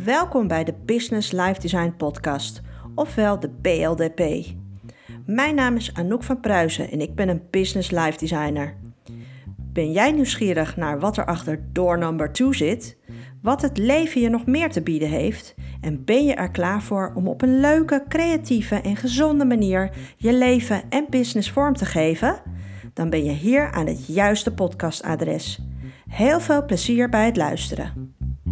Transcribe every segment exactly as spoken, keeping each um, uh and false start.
Welkom bij de Business Life Design Podcast, ofwel de B L D P. Mijn naam is Anouk van Pruisen en ik ben een Business Life Designer. Ben jij nieuwsgierig naar wat er achter door number two zit? Wat het leven je nog meer te bieden heeft? En ben je er klaar voor om op een leuke, creatieve en gezonde manier je leven en business vorm te geven? Dan ben je hier aan het juiste podcastadres. Heel veel plezier bij het luisteren.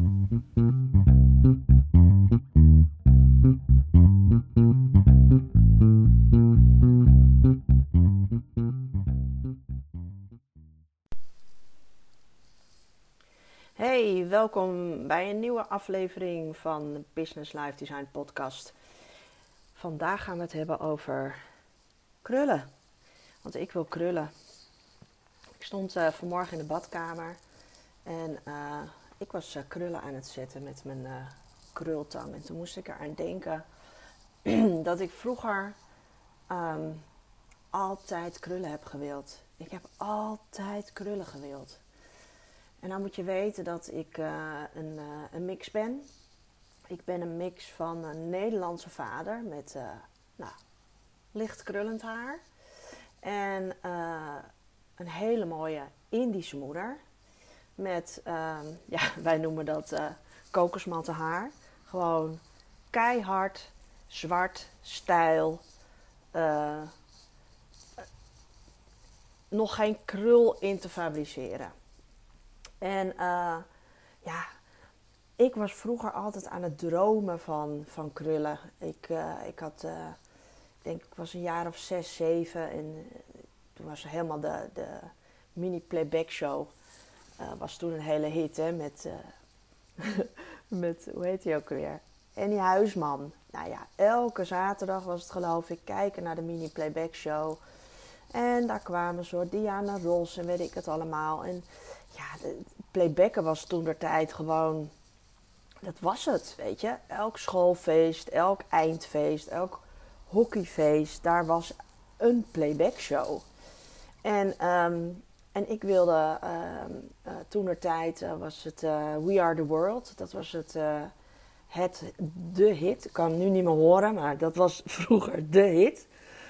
Hey, welkom bij een nieuwe aflevering van de Business Life Design Podcast. Vandaag gaan we het hebben over krullen. Want ik wil krullen. Ik stond uh, vanmorgen in de badkamer en uh, ik was uh, krullen aan het zetten met mijn uh, krultang. En toen moest ik eraan denken dat ik vroeger um, altijd krullen heb gewild. Ik heb altijd krullen gewild. En dan moet je weten dat ik uh, een, uh, een mix ben. Ik ben een mix van een Nederlandse vader met uh, nou, licht krullend haar. En uh, een hele mooie Indische moeder. Met, uh, ja, wij noemen dat uh, kokosmatte haar. Gewoon keihard, zwart, stijl. Uh, nog geen krul in te fabriceren. En uh, ja, ik was vroeger altijd aan het dromen van, van krullen. Ik, uh, ik had, uh, ik denk, ik was een jaar of zes, zeven en uh, toen was er helemaal de, de mini playback show. Uh, was toen een hele hit, hè, met, uh, met, hoe heet hij ook weer? Annie Huisman. Nou ja, elke zaterdag was het geloof ik kijken naar de mini playback show. En daar kwamen soort Diana Ross en weet ik het allemaal. En ja, de playbacken was toen de tijd gewoon, dat was het, weet je. Elk schoolfeest, elk eindfeest, elk hockeyfeest, daar was een playback show. En, um, en ik wilde, um, uh, toen de tijd uh, was het uh, We Are The World. Dat was het, uh, het, de hit. Ik kan hem nu niet meer horen, maar dat was vroeger de hit.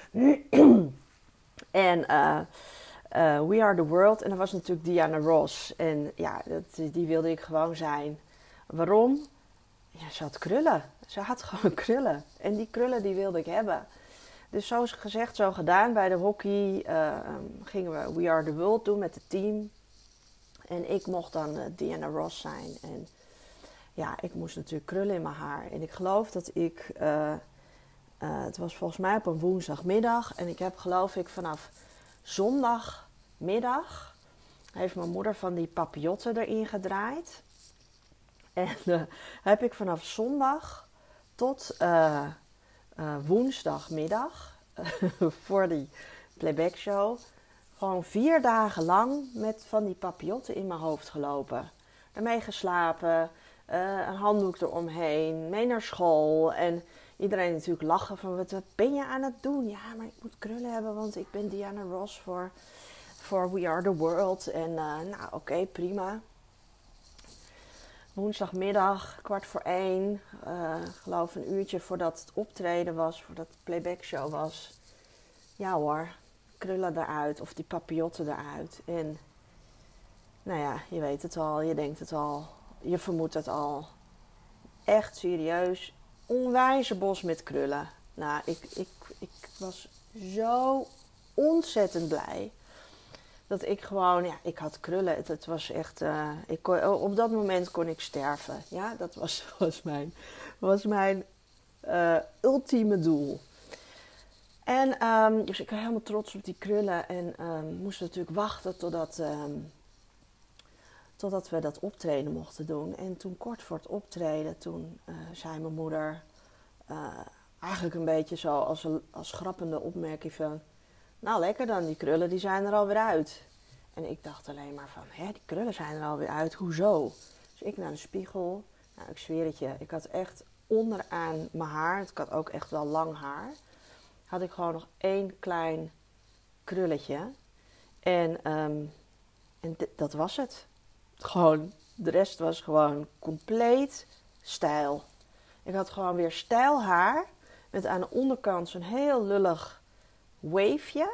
En uh, uh, We Are The World. En dat was natuurlijk Diana Ross. En ja, dat, die wilde ik gewoon zijn. Waarom? Ja, ze had krullen. Ze had gewoon krullen. En die krullen die wilde ik hebben. Dus zo gezegd, zo gedaan. Bij de hockey uh, gingen we We Are The World doen met het team. En ik mocht dan uh, Diana Ross zijn. En ja, ik moest natuurlijk krullen in mijn haar. En ik geloof dat ik... Uh, Uh, het was volgens mij op een woensdagmiddag. En ik heb geloof ik vanaf zondagmiddag... heeft mijn moeder van die papillotten erin gedraaid. En uh, heb ik vanaf zondag tot uh, uh, woensdagmiddag... Uh, voor die playback show... gewoon vier dagen lang met van die papillotten in mijn hoofd gelopen. Daarmee geslapen... Uh, een handdoek eromheen, mee naar school en iedereen natuurlijk lachen van wat ben je aan het doen? Ja, maar ik moet krullen hebben, want ik ben Diana Ross voor, voor We Are The World. En uh, nou oké, okay, prima. Woensdagmiddag, kwart voor één, uh, geloof een uurtje voordat het optreden was, voordat de playback show was. Ja hoor, krullen eruit of die papillotten eruit. En nou ja, je weet het al, je denkt het al. Je vermoedt het al. Echt serieus. Onwijze bos met krullen. Nou, ik, ik, ik was zo ontzettend blij. Dat ik gewoon, ja, ik had krullen. Het, het was echt, uh, ik kon, op dat moment kon ik sterven. Ja, dat was, was mijn, was mijn uh, ultieme doel. En um, dus ik was helemaal trots op die krullen. En um, moest natuurlijk wachten totdat... Um, Totdat we dat optreden mochten doen. En toen kort voor het optreden, toen uh, zei mijn moeder... Uh, eigenlijk een beetje zo als, een, als grappende opmerking van... Nou lekker dan, die krullen die zijn er alweer uit. En ik dacht alleen maar van, hè, die krullen zijn er alweer uit, hoezo? Dus ik naar de spiegel. Nou, ik zweer het je, ik had echt onderaan mijn haar... Ik had ook echt wel lang haar. Had ik gewoon nog één klein krulletje. En, um, en d- dat was het. Gewoon, de rest was gewoon compleet stijl. Ik had gewoon weer stijl haar. Met aan de onderkant zo'n heel lullig waveje.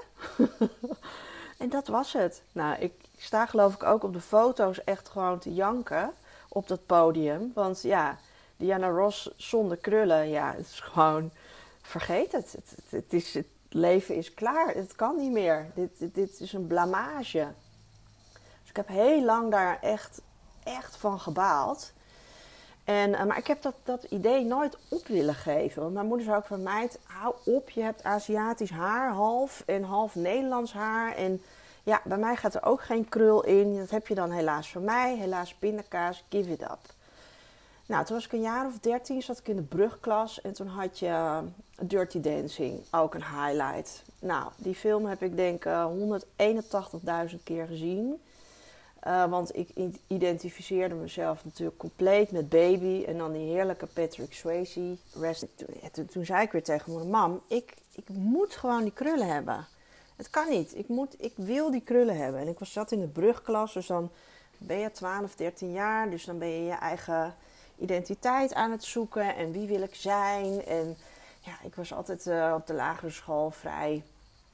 En dat was het. Nou, ik sta geloof ik ook op de foto's echt gewoon te janken op dat podium. Want ja, Diana Ross zonder krullen, ja, het is gewoon... Vergeet het. Het, het, het, is, het leven is klaar. Het kan niet meer. Dit, dit, dit is een blamage. Dus ik heb heel lang daar echt, echt van gebaald. En, uh, maar ik heb dat, dat idee nooit op willen geven. Want mijn moeder zei ook van... Meid, hou op. Je hebt Aziatisch haar half en half Nederlands haar. En ja, bij mij gaat er ook geen krul in. Dat heb je dan helaas van mij. Helaas pindakaas. Give it up. Nou, toen was ik een jaar of dertien, zat ik in de brugklas en toen had je uh, Dirty Dancing, ook een highlight. Nou, die film heb ik denk uh, honderdeenentachtigduizend keer gezien. Uh, want ik identificeerde mezelf natuurlijk compleet met Baby en dan die heerlijke Patrick Swayze. Rest, toen, toen zei ik weer tegen mijn mam, ik, ik moet gewoon die krullen hebben. Het kan niet, ik, moet, ik wil die krullen hebben. En ik was, zat in de brugklas, dus dan ben je twaalf, dertien jaar, dus dan ben je je eigen... identiteit aan het zoeken en wie wil ik zijn. En ja, ik was altijd uh, op de lagere school vrij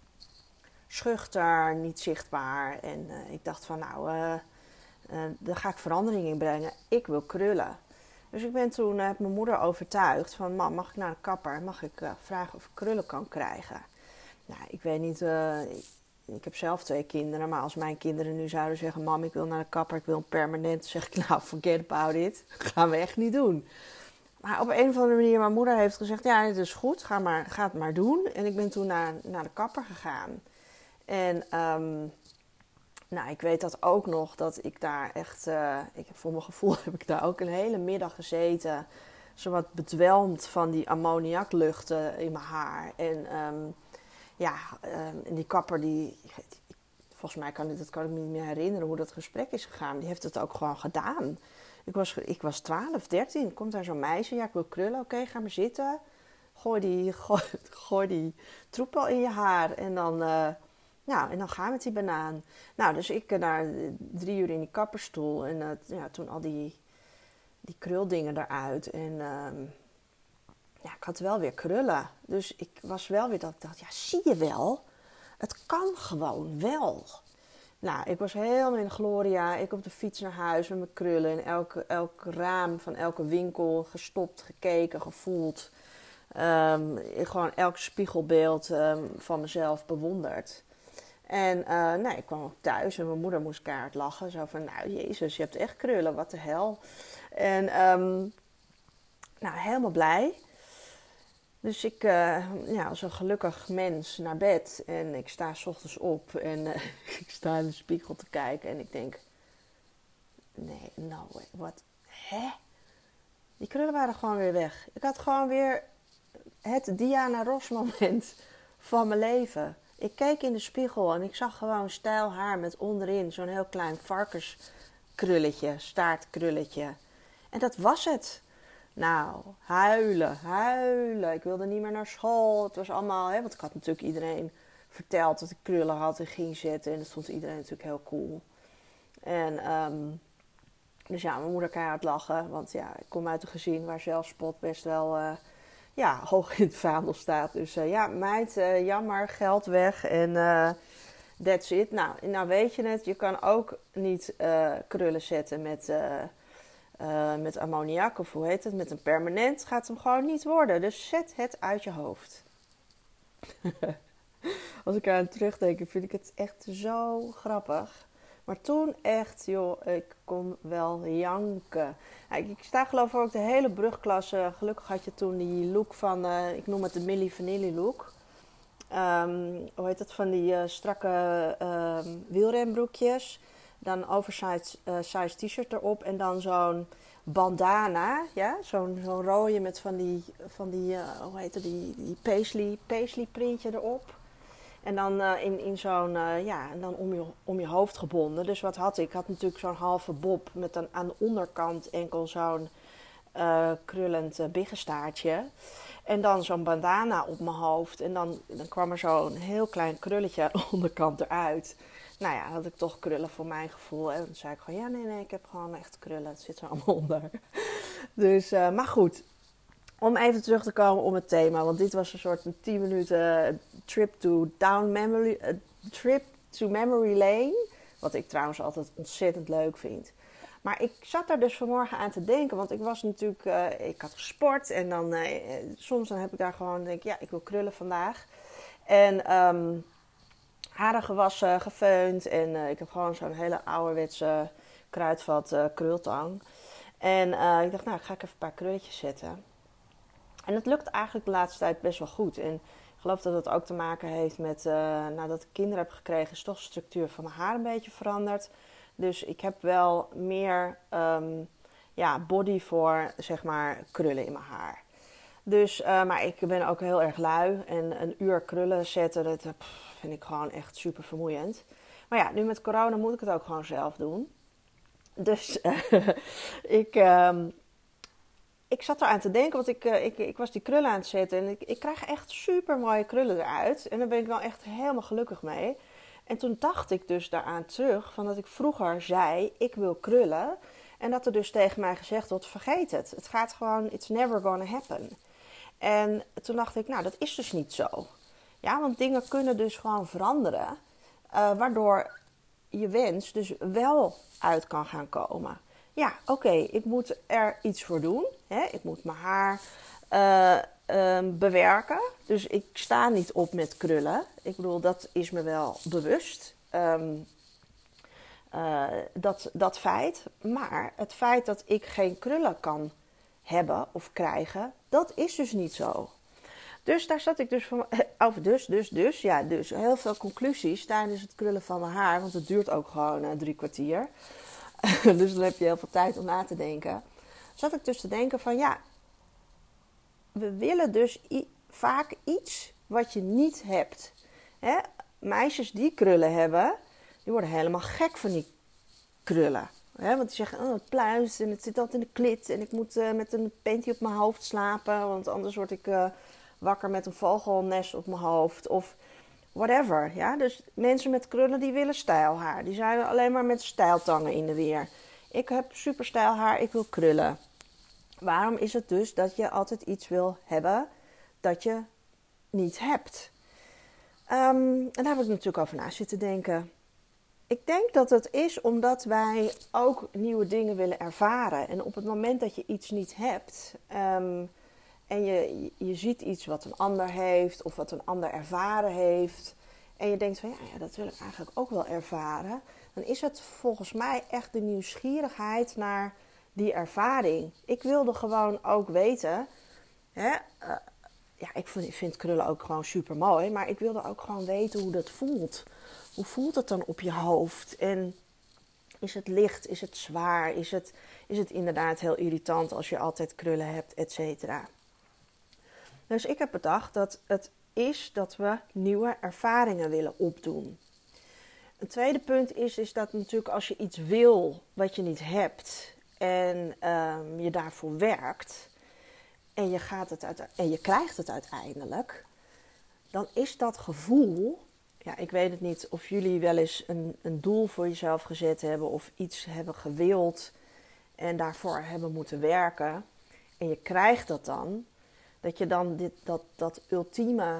schuchter, niet zichtbaar. En uh, ik dacht van nou, uh, uh, daar ga ik verandering in brengen. Ik wil krullen. Dus ik ben toen, uh, heb mijn moeder overtuigd van mam, mag ik naar de kapper? Mag ik uh, vragen of ik krullen kan krijgen? Nou, ik weet niet... Uh, Ik heb zelf twee kinderen, maar als mijn kinderen nu zouden zeggen... Mam, ik wil naar de kapper, ik wil een permanent... Dan zeg ik, nou, forget about it. Dat gaan we echt niet doen. Maar op een of andere manier, mijn moeder heeft gezegd... Ja, het is goed, ga, maar, ga het maar doen. En ik ben toen naar, naar de kapper gegaan. En um, nou, ik weet dat ook nog, dat ik daar echt... Uh, ik, voor mijn gevoel heb ik daar ook een hele middag gezeten... Zowat bedwelmd van die ammoniakluchten in mijn haar. En... Um, Ja, en die kapper, die, volgens mij kan, dat kan ik me niet meer herinneren hoe dat gesprek is gegaan. Die heeft het ook gewoon gedaan. Ik was, ik was twaalf, dertien, komt daar zo'n meisje. Ja, ik wil krullen, oké, okay, ga maar zitten. Gooi die, gooi, gooi die troep al in je haar en dan, uh, ja, en dan gaan we met die banaan. Nou, dus ik uh, daar drie uur in die kapperstoel en uh, ja, toen al die, die kruldingen eruit en... Uh, Ja, ik had wel weer krullen. Dus ik was wel weer dat ik dacht, ja, zie je wel? Het kan gewoon wel. Nou, ik was helemaal in de gloria. Ik op de fiets naar huis met mijn krullen. In elk, elk raam van elke winkel gestopt, gekeken, gevoeld. Um, gewoon elk spiegelbeeld um, van mezelf bewonderd. En uh, nou, ik kwam ook thuis en mijn moeder moest keihard lachen. Zo van, nou, jezus, je hebt echt krullen, wat de hel. En um, nou, helemaal blij. Dus ik, uh, ja, als een gelukkig mens naar bed en ik sta 's ochtends op en uh, ik sta in de spiegel te kijken en ik denk, nee, no way, wat, hè? Die krullen waren gewoon weer weg. Ik had gewoon weer het Diana Ross moment van mijn leven. Ik keek in de spiegel en ik zag gewoon stijl haar met onderin zo'n heel klein varkenskrulletje, staartkrulletje. En dat was het. Nou, huilen, huilen. Ik wilde niet meer naar school. Het was allemaal, hè, want ik had natuurlijk iedereen verteld dat ik krullen had en ging zetten. En dat vond iedereen natuurlijk heel cool. En, um, dus ja, mijn moeder keihard lachen. Want ja, ik kom uit een gezin waar zelfspot best wel, uh, ja, hoog in het vaandel staat. Dus uh, ja, meid, uh, jammer, geld weg en uh, that's it. Nou, nou, weet je het, je kan ook niet uh, krullen zetten met... Uh, Uh, met ammoniak of hoe heet het, met een permanent, gaat hem gewoon niet worden. Dus zet het uit je hoofd. Als ik aan terugdenk, vind ik het echt zo grappig. Maar toen echt, joh, ik kon wel janken. Ja, ik, ik sta geloof ik ook de hele brugklasse. Gelukkig had je toen die look van, uh, ik noem het de Milli Vanilli look. Um, hoe heet het, van die uh, strakke uh, wielrenbroekjes. Dan oversized uh, size t-shirt erop en dan zo'n bandana, ja, zo'n, zo'n rode met van die, van die uh, hoe heet het, die, die paisley, paisley printje erop. En dan uh, in, in zo'n, uh, ja, en dan om je, om je hoofd gebonden. Dus wat had ik? Ik had natuurlijk zo'n halve bob met dan aan de onderkant enkel zo'n uh, krullend uh, biggestaartje. En dan zo'n bandana op mijn hoofd. En dan, dan kwam er zo'n heel klein krulletje aan de onderkant eruit. nou ja, had ik toch krullen voor mijn gevoel. En toen zei ik gewoon, ja nee nee, ik heb gewoon echt krullen. Het zit er allemaal onder. Dus, uh, maar goed. Om even terug te komen op het thema. Want dit was een soort een tien minuten trip to down memory, uh, trip to memory lane. Wat ik trouwens altijd ontzettend leuk vind. Maar ik zat daar dus vanmorgen aan te denken. Want ik was natuurlijk, uh, ik had gesport. En dan, uh, soms dan heb ik daar gewoon, denk ik, ja, ik wil krullen vandaag. En um, haren gewassen, gefeund. En uh, ik heb gewoon zo'n hele ouderwetse kruidvat uh, krultang. En uh, ik dacht, nou, ik ga ik even een paar krulletjes zetten. En het lukt eigenlijk de laatste tijd best wel goed. En ik geloof dat het ook te maken heeft met, uh, nadat ik kinderen heb gekregen, is toch de structuur van mijn haar een beetje veranderd. Dus ik heb wel meer um, ja, body voor, zeg maar, krullen in mijn haar. Dus, uh, maar ik ben ook heel erg lui. En een uur krullen zetten, dat pff, vind ik gewoon echt super vermoeiend. Maar ja, nu met corona moet ik het ook gewoon zelf doen. Dus uh, ik... Um, Ik zat eraan te denken, want ik, uh, ik, ik was die krullen aan het zetten. En ik, ik krijg echt super mooie krullen eruit. En daar ben ik wel echt helemaal gelukkig mee. En toen dacht ik dus daaraan terug, van dat ik vroeger zei, ik wil krullen. En dat er dus tegen mij gezegd wordt, vergeet het. Het gaat gewoon, it's never gonna happen. En toen dacht ik, nou dat is dus niet zo. Ja, want dingen kunnen dus gewoon veranderen. Uh, waardoor je wens dus wel uit kan gaan komen. Ja, oké, okay, ik moet er iets voor doen. Hè? Ik moet mijn haar uh, um, bewerken. Dus ik sta niet op met krullen. Ik bedoel, dat is me wel bewust. Um, uh, dat, dat feit. Maar het feit dat ik geen krullen kan hebben of krijgen, dat is dus niet zo. Dus daar zat ik dus van... Of dus, dus, dus. Ja, dus heel veel conclusies tijdens het krullen van mijn haar. Want het duurt ook gewoon uh, drie kwartier. Dus dan heb je heel veel tijd om na te denken. Zat ik dus te denken van ja, we willen dus i- vaak iets wat je niet hebt. Hè? Meisjes die krullen hebben, die worden helemaal gek van die krullen. Hè? Want die zeggen, oh het pluist en het zit altijd in de klit. En ik moet uh, met een panty op mijn hoofd slapen. Want anders word ik uh, wakker met een vogelnest op mijn hoofd. Of whatever, ja. Dus mensen met krullen die willen stijlhaar. Die zijn alleen maar met stijltangen in de weer. Ik heb super stijlhaar, ik wil krullen. Waarom is het dus dat je altijd iets wil hebben dat je niet hebt? Um, en daar heb ik natuurlijk over na zitten denken. Ik denk dat het is omdat wij ook nieuwe dingen willen ervaren. En op het moment dat je iets niet hebt... Um, en je, je ziet iets wat een ander heeft of wat een ander ervaren heeft. En je denkt van ja, ja, dat wil ik eigenlijk ook wel ervaren. Dan is het volgens mij echt de nieuwsgierigheid naar die ervaring. Ik wilde gewoon ook weten. Hè, uh, ja, ik vind, ik vind krullen ook gewoon super mooi. Maar ik wilde ook gewoon weten hoe dat voelt. Hoe voelt het dan op je hoofd? En is het licht? Is het zwaar? Is het, is het inderdaad heel irritant als je altijd krullen hebt, et cetera? Dus ik heb bedacht dat het is dat we nieuwe ervaringen willen opdoen. Een tweede punt is, is dat natuurlijk als je iets wil wat je niet hebt en um, je daarvoor werkt en je, gaat het uit, en je krijgt het uiteindelijk, dan is dat gevoel, ja, ik weet het niet of jullie wel eens een, een doel voor jezelf gezet hebben of iets hebben gewild en daarvoor hebben moeten werken en je krijgt dat dan. Dat je dan dit, dat, dat ultieme,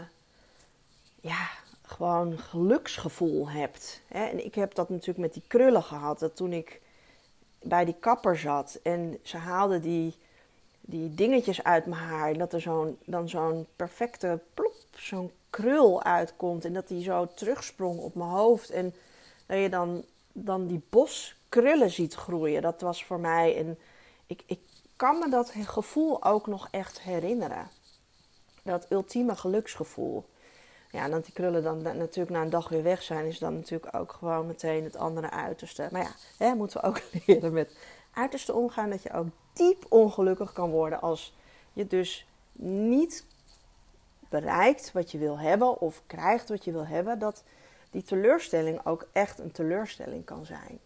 ja, gewoon geluksgevoel hebt. Hè? En ik heb dat natuurlijk met die krullen gehad. Dat toen ik bij die kapper zat en ze haalden die, die dingetjes uit mijn haar. En dat er zo'n, dan zo'n perfecte plop, zo'n krul uitkomt. En dat die zo terugsprong op mijn hoofd. En dat je dan, dan die bos krullen ziet groeien. Dat was voor mij een... Ik, ik kan me dat gevoel ook nog echt herinneren. Dat ultieme geluksgevoel. Ja, en dat die krullen dan natuurlijk na een dag weer weg zijn, is dan natuurlijk ook gewoon meteen het andere uiterste. Maar ja, hè, moeten we ook leren met uiterste omgaan. Dat je ook diep ongelukkig kan worden als je dus niet bereikt wat je wil hebben of krijgt wat je wil hebben. Dat die teleurstelling ook echt een teleurstelling kan zijn.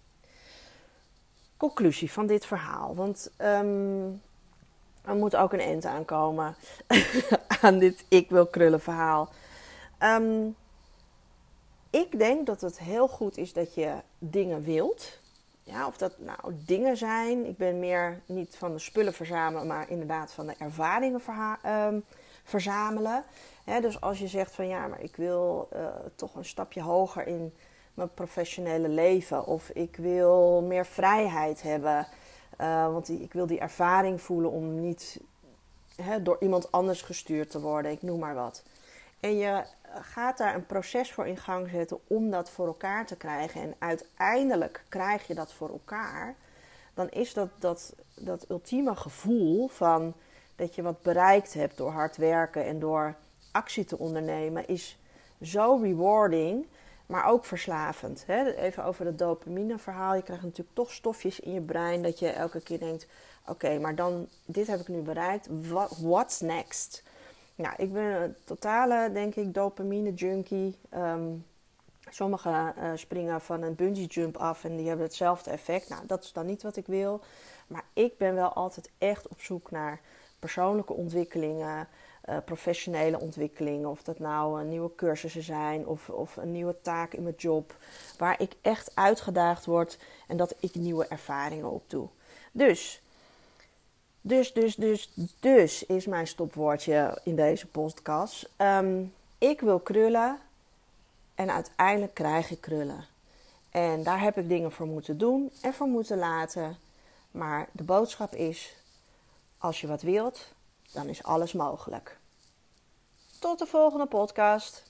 Conclusie van dit verhaal. Want um, er moet ook een eind aankomen aan dit ik wil krullen verhaal. Um, ik denk dat het heel goed is dat je dingen wilt. Ja, of dat nou dingen zijn. Ik ben meer niet van de spullen verzamelen, maar inderdaad van de ervaringen verha- um, verzamelen. He, dus als je zegt van ja, maar ik wil uh, toch een stapje hoger in mijn professionele leven. Of ik wil meer vrijheid hebben. Uh, want die, ik wil die ervaring voelen om niet he, door iemand anders gestuurd te worden. Ik noem maar wat. En je gaat daar een proces voor in gang zetten om dat voor elkaar te krijgen. En uiteindelijk krijg je dat voor elkaar. Dan is dat, dat, dat ultieme gevoel van dat je wat bereikt hebt door hard werken en door actie te ondernemen, is zo rewarding, maar ook verslavend. Hè? Even over het dopamine verhaal. Je krijgt natuurlijk toch stofjes in je brein dat je elke keer denkt, oké, okay, maar dan, dit heb ik nu bereikt. What, what's next? Nou, ik ben een totale, denk ik, dopamine junkie. Um, sommigen uh, springen van een bungee jump af en die hebben hetzelfde effect. Nou, dat is dan niet wat ik wil. Maar ik ben wel altijd echt op zoek naar persoonlijke ontwikkelingen, uh, professionele ontwikkelingen. Of dat nou uh, nieuwe cursussen zijn of, of een nieuwe taak in mijn job. Waar ik echt uitgedaagd word en dat ik nieuwe ervaringen opdoe. Dus... Dus, dus, dus, dus is mijn stopwoordje in deze podcast. Um, ik wil krullen en uiteindelijk krijg ik krullen. En daar heb ik dingen voor moeten doen en voor moeten laten. Maar de boodschap is, als je wat wilt, dan is alles mogelijk. Tot de volgende podcast.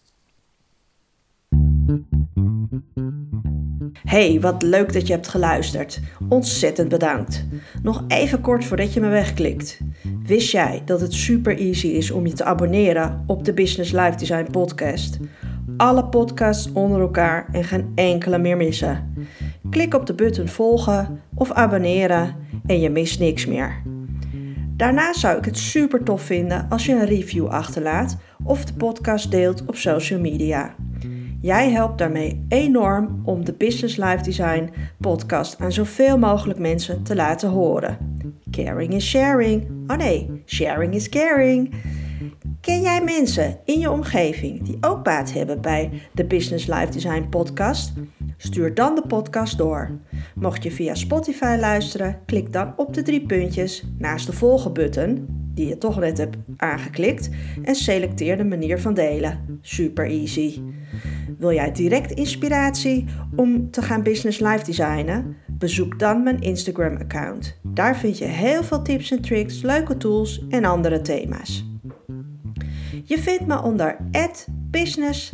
Hey, wat leuk dat je hebt geluisterd. Ontzettend bedankt. Nog even kort voordat je me wegklikt. Wist jij dat het super easy is om je te abonneren op de Business Life Design podcast? Alle podcasts onder elkaar en geen enkele meer missen. Klik op de button volgen of abonneren en je mist niks meer. Daarnaast zou ik het super tof vinden als je een review achterlaat of de podcast deelt op social media. Jij helpt daarmee enorm om de Business Life Design podcast aan zoveel mogelijk mensen te laten horen. Caring is sharing. Oh nee, sharing is caring. Ken jij mensen in je omgeving die ook baat hebben bij de Business Life Design podcast? Stuur dan de podcast door. Mocht je via Spotify luisteren, klik dan op de drie puntjes naast de volgen button, die je toch net hebt aangeklikt, en selecteer de manier van delen. Super easy. Wil jij direct inspiratie om te gaan business life designen? Bezoek dan mijn Instagram account. Daar vind je heel veel tips en tricks, leuke tools en andere thema's. Je vindt me onder at business,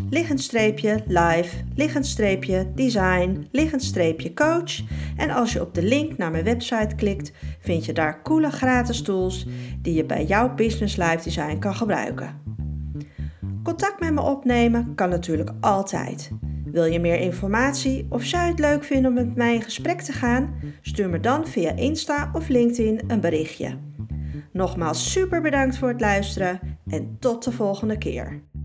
live, design, coach. En als je op de link naar mijn website klikt, vind je daar coole gratis tools die je bij jouw business life design kan gebruiken. Contact met me opnemen kan natuurlijk altijd. Wil je meer informatie of zou je het leuk vinden om met mij in gesprek te gaan? Stuur me dan via Insta of LinkedIn een berichtje. Nogmaals super bedankt voor het luisteren en tot de volgende keer.